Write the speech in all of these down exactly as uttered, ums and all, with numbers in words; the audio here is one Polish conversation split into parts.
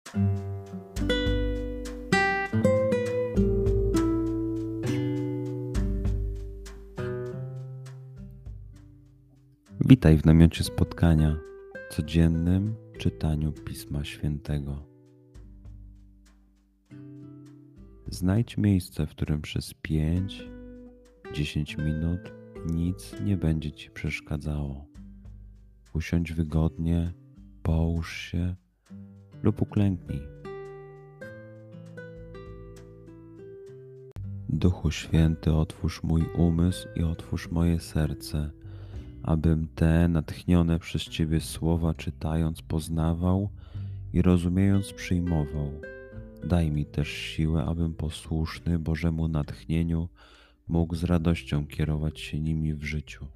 Witaj w namiocie spotkania, codziennym czytaniu Pisma Świętego. Znajdź miejsce, w którym przez pięć do dziesięciu minut nic nie będzie Ci przeszkadzało. Usiądź wygodnie, połóż się lub uklęknij. Duchu Święty, otwórz mój umysł i otwórz moje serce, abym te natchnione przez Ciebie słowa czytając poznawał i rozumiejąc przyjmował. Daj mi też siłę, abym posłuszny Bożemu natchnieniu mógł z radością kierować się nimi w życiu.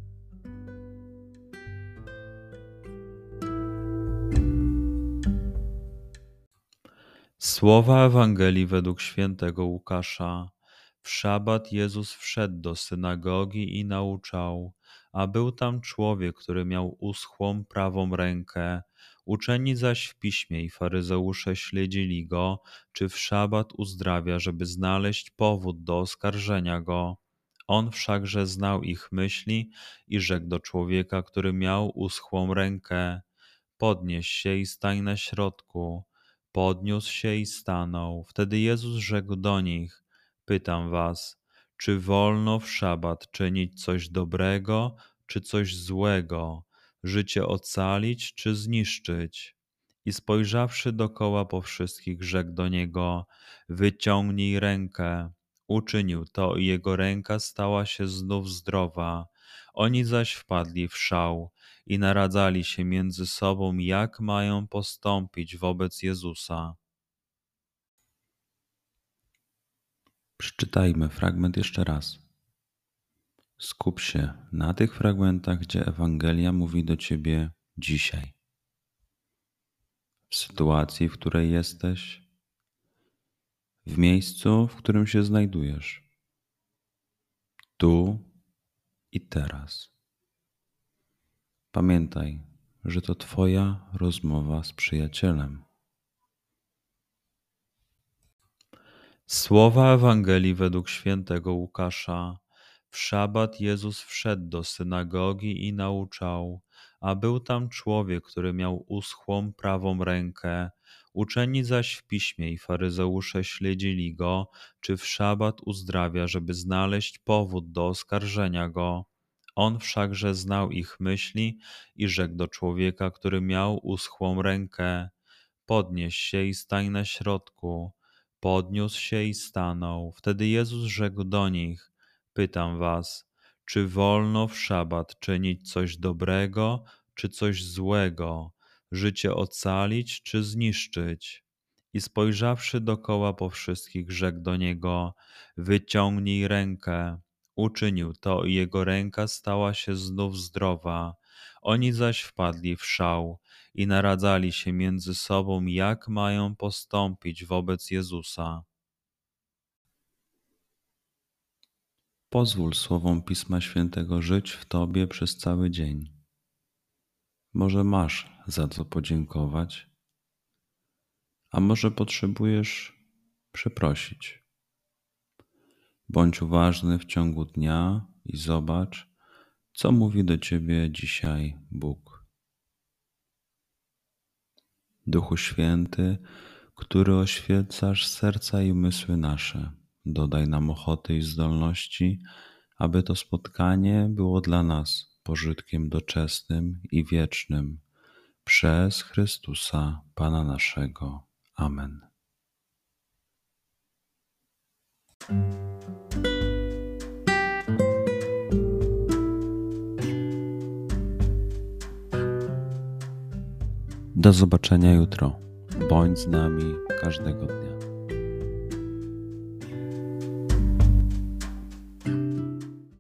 Słowa Ewangelii według świętego Łukasza. W szabat Jezus wszedł do synagogi i nauczał, a był tam człowiek, który miał uschłą prawą rękę. Uczeni zaś w piśmie i faryzeusze śledzili go, czy w szabat uzdrawia, żeby znaleźć powód do oskarżenia go. On wszakże znał ich myśli i rzekł do człowieka, który miał uschłą rękę: podnieś się i stań na środku. Podniósł się i stanął. Wtedy Jezus rzekł do nich: pytam was, czy wolno w szabat czynić coś dobrego, czy coś złego, życie ocalić, czy zniszczyć? I spojrzawszy dokoła po wszystkich, rzekł do niego: wyciągnij rękę. Uczynił to i jego ręka stała się znów zdrowa. Oni zaś wpadli w szał i naradzali się między sobą, jak mają postąpić wobec Jezusa. Przeczytajmy fragment jeszcze raz. Skup się na tych fragmentach, gdzie Ewangelia mówi do Ciebie dzisiaj. W sytuacji, w której jesteś, w miejscu, w którym się znajdujesz, tu i teraz. Pamiętaj, że to Twoja rozmowa z przyjacielem. Słowa Ewangelii według świętego Łukasza. W szabat Jezus wszedł do synagogi i nauczał, a był tam człowiek, który miał uschłą prawą rękę. Uczeni zaś w piśmie i faryzeusze śledzili go, czy w szabat uzdrawia, żeby znaleźć powód do oskarżenia go. On wszakże znał ich myśli i rzekł do człowieka, który miał uschłą rękę: podnieś się i stań na środku. Podniósł się i stanął. Wtedy Jezus rzekł do nich: pytam was, czy wolno w szabat czynić coś dobrego, czy coś złego, życie ocalić, czy zniszczyć? I spojrzawszy dokoła po wszystkich, rzekł do niego: wyciągnij rękę. Uczynił to i jego ręka stała się znów zdrowa. Oni zaś wpadli w szał i naradzali się między sobą, jak mają postąpić wobec Jezusa. Pozwól słowom Pisma Świętego żyć w Tobie przez cały dzień. Może masz za co podziękować, a może potrzebujesz przeprosić. Bądź uważny w ciągu dnia i zobacz, co mówi do Ciebie dzisiaj Bóg. Duchu Święty, który oświecasz serca i umysły nasze, dodaj nam ochoty i zdolności, aby to spotkanie było dla nas pożytkiem doczesnym i wiecznym. Przez Chrystusa, Pana naszego. Amen. Do zobaczenia jutro. Bądź z nami każdego dnia.